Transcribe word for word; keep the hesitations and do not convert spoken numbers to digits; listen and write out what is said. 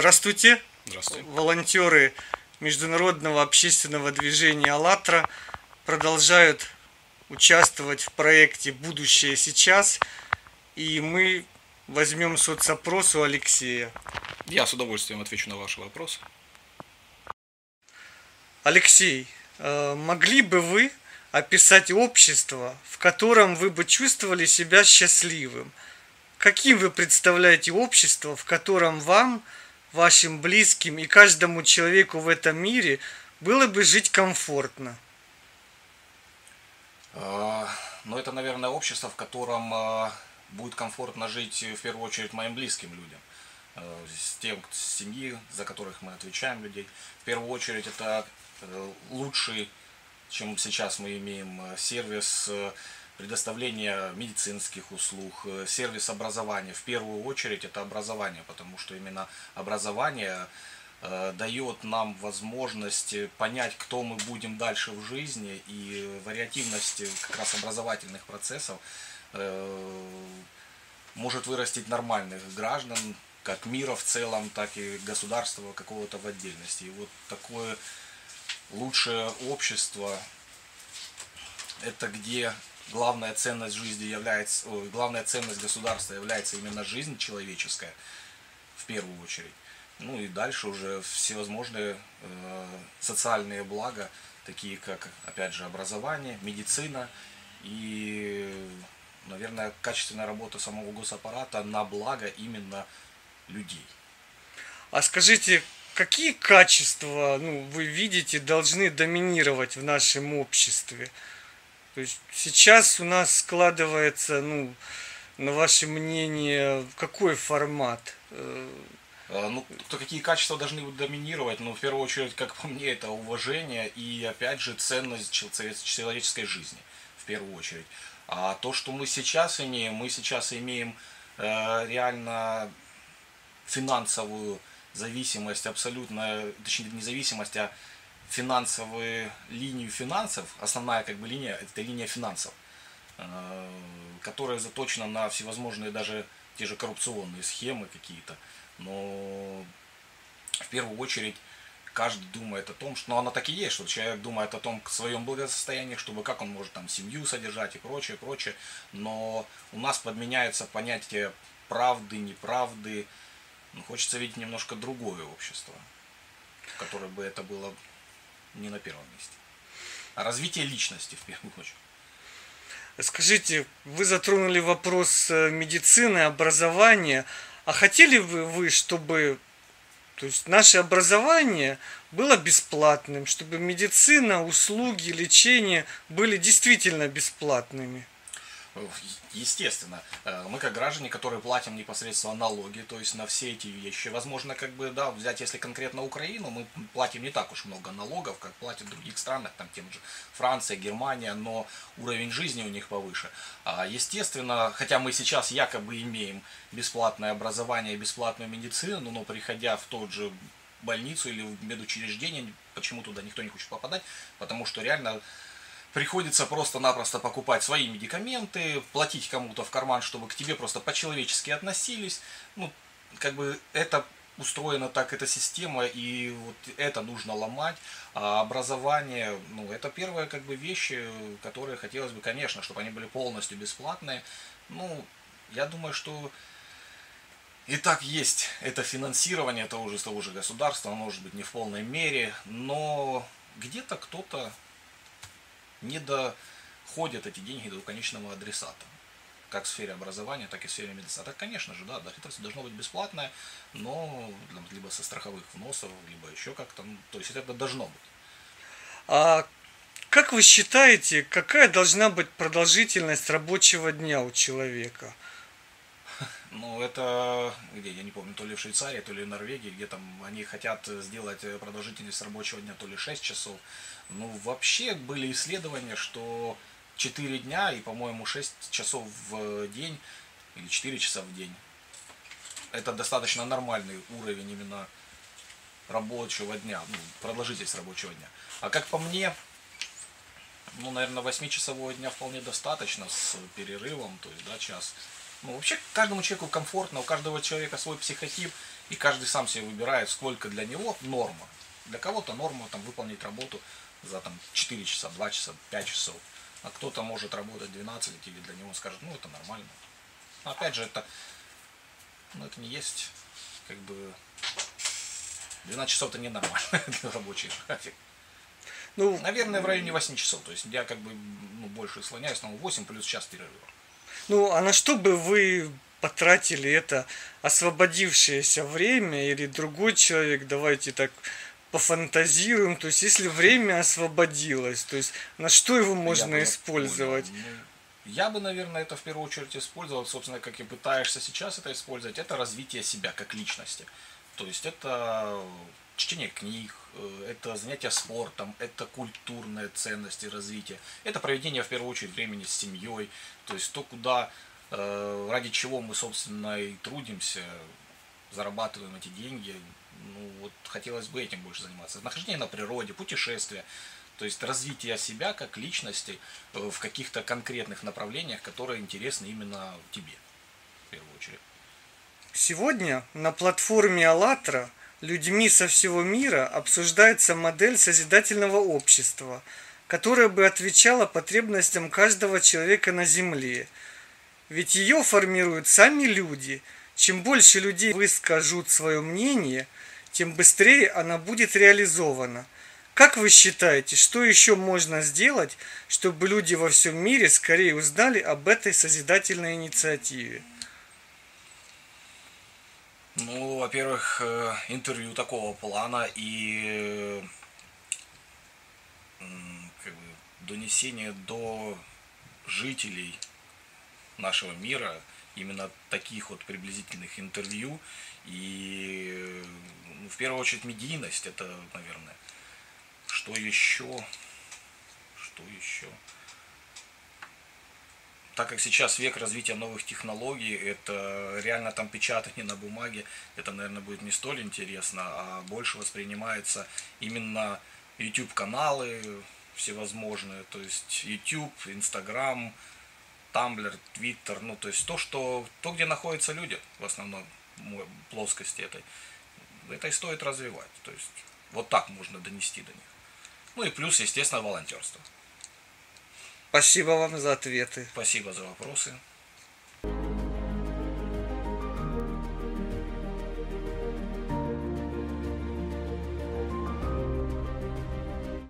Здравствуйте, Здравствуйте. волонтеры международного общественного движения «АЛЛАТРА» продолжают участвовать в проекте «Будущее сейчас», и мы возьмем соцопрос у Алексея. Я с удовольствием отвечу на ваши вопросы. Алексей, э, могли бы вы описать общество, в котором вы бы чувствовали себя счастливым? Каким вы представляете общество, в котором вам, вашим близким и каждому человеку в этом мире было бы жить комфортно? Ну, это, наверное, общество, в котором будет комфортно жить в первую очередь моим близким людям. С тем, с семьи, за которых мы отвечаем, людей. В первую очередь это лучший, чем сейчас мы имеем, сервис предоставления медицинских услуг, сервис образования. В первую очередь это образование, потому что именно образование дает нам возможность понять, кто мы будем дальше в жизни, и вариативность как раз образовательных процессов может вырастить нормальных граждан, как мира в целом, так и государства какого-то в отдельности. И вот такое лучшее общество, это где главная ценность жизни является, ой, главная ценность государства является именно жизнь человеческая, в первую очередь. Ну и дальше уже всевозможные э, социальные блага, такие как, опять же, образование, медицина и, наверное, качественная работа самого госаппарата на благо именно людей. А скажите, какие качества, ну, вы видите, должны доминировать в нашем обществе? То есть сейчас у нас складывается, ну, на ваше мнение, какой формат? Ну, то какие качества должны доминировать? Ну, в первую очередь, как по мне, это уважение и, опять же, ценность человеческой жизни, в первую очередь. А то, что мы сейчас имеем, мы сейчас имеем э, реально финансовую зависимость, абсолютно, точнее, не зависимость, а финансовую линию финансов, основная как бы линия, это линия финансов, э, которая заточена на всевозможные даже те же коррупционные схемы какие-то. Но в первую очередь каждый думает о том, что, ну, она так и есть, что человек думает о том, к своем благосостоянии, чтобы как он может там семью содержать и прочее, прочее. Но у нас подменяется понятие правды, неправды. Ну, хочется видеть немножко другое общество, в которое бы это было не на первом месте. А развитие личности в первую очередь. Скажите, вы затронули вопрос медицины, образования. А хотели бы вы, чтобы, то есть, наше образование было бесплатным, чтобы медицина, услуги, лечение были действительно бесплатными? Естественно, мы как граждане, которые платим непосредственно налоги, то есть на все эти вещи, возможно, как бы, да, взять, если конкретно Украину, мы платим не так уж много налогов, как платят в других странах, там тем же Франция, Германия, но уровень жизни у них повыше. Естественно, хотя мы сейчас якобы имеем бесплатное образование и бесплатную медицину, но приходя в тот же больницу или в медучреждение, почему туда никто не хочет попадать, потому что реально приходится просто-напросто покупать свои медикаменты, платить кому-то в карман, чтобы к тебе просто по-человечески относились. Ну, как бы это устроена так, эта система, и вот это нужно ломать. А образование, ну, это первые как бы вещи, которые хотелось бы, конечно, чтобы они были полностью бесплатные. Ну, я думаю, что и так есть это финансирование того же, того же государства, может быть, не в полной мере, но где-то кто-то не доходят эти деньги до конечного адресата. Как в сфере образования, так и в сфере медицины. Так, конечно же, да, это должно быть бесплатное, но либо со страховых взносов, либо еще как-то. Ну, то есть это должно быть. А как вы считаете, какая должна быть продолжительность рабочего дня у человека? Ну, это, где, я не помню, то ли в Швейцарии, то ли в Норвегии, где там они хотят сделать продолжительность рабочего дня то ли шесть часов. Ну, вообще были исследования, что четыре дня и, по-моему, шесть часов в день, или четыре часа в день, это достаточно нормальный уровень именно рабочего дня, ну, продолжительность рабочего дня. А как по мне, ну, наверное, восьмичасового дня вполне достаточно с перерывом, то есть, да, час. Ну, вообще, каждому человеку комфортно, у каждого человека свой психотип, И каждый сам себе выбирает, сколько для него норма. Для кого-то норма там выполнить работу за там четыре часа, два часа, пять часов. А кто-то может работать двенадцать, или для него скажет, ну это нормально. Но опять же, это, ну, это не есть, как бы, двенадцать часов это не нормально для рабочего графика. Ну, наверное, в районе восьми часов. То есть я как бы, ну, больше слоняюсь на восемь плюс час перерыва. Ну, а на что бы вы потратили это освободившееся время, или другой человек, давайте так пофантазируем, то есть если время освободилось, то есть на что его можно я использовать? Понял. Ну, я бы, наверное, это в первую очередь использовал, собственно, как и пытаешься сейчас это использовать, это развитие себя как личности. То есть это чтение книг, это занятие спортом, это культурные ценности развития, это проведение в первую очередь времени с семьей, то есть то, куда, ради чего мы, собственно, и трудимся, зарабатываем эти деньги. Ну вот хотелось бы этим больше заниматься. Нахождение на природе, путешествия, то есть развитие себя как личности в каких-то конкретных направлениях, которые интересны именно тебе, в первую очередь. Сегодня на платформе АЛЛАТРА людьми со всего мира обсуждается модель созидательного общества, которая бы отвечала потребностям каждого человека на Земле. Ведь ее формируют сами люди. Чем больше людей выскажут свое мнение, тем быстрее она будет реализована. Как вы считаете, что еще можно сделать, чтобы люди во всем мире скорее узнали об этой созидательной инициативе? Ну, во-первых, интервью такого плана и как бы донесение до жителей нашего мира именно таких вот приблизительных интервью и, ну, в первую очередь, медийность, это, наверное, что еще, что еще, так как сейчас век развития новых технологий, это реально там печатание на бумаге, это, наверное, будет не столь интересно, а больше воспринимается именно YouTube-каналы всевозможные, то есть YouTube, Instagram, Tumblr, Twitter, ну, то есть то, что, то, где находятся люди, в основном плоскости этой, это и стоит развивать, то есть вот так можно донести до них. Ну и плюс, естественно, волонтерство. Спасибо вам за ответы. Спасибо за вопросы.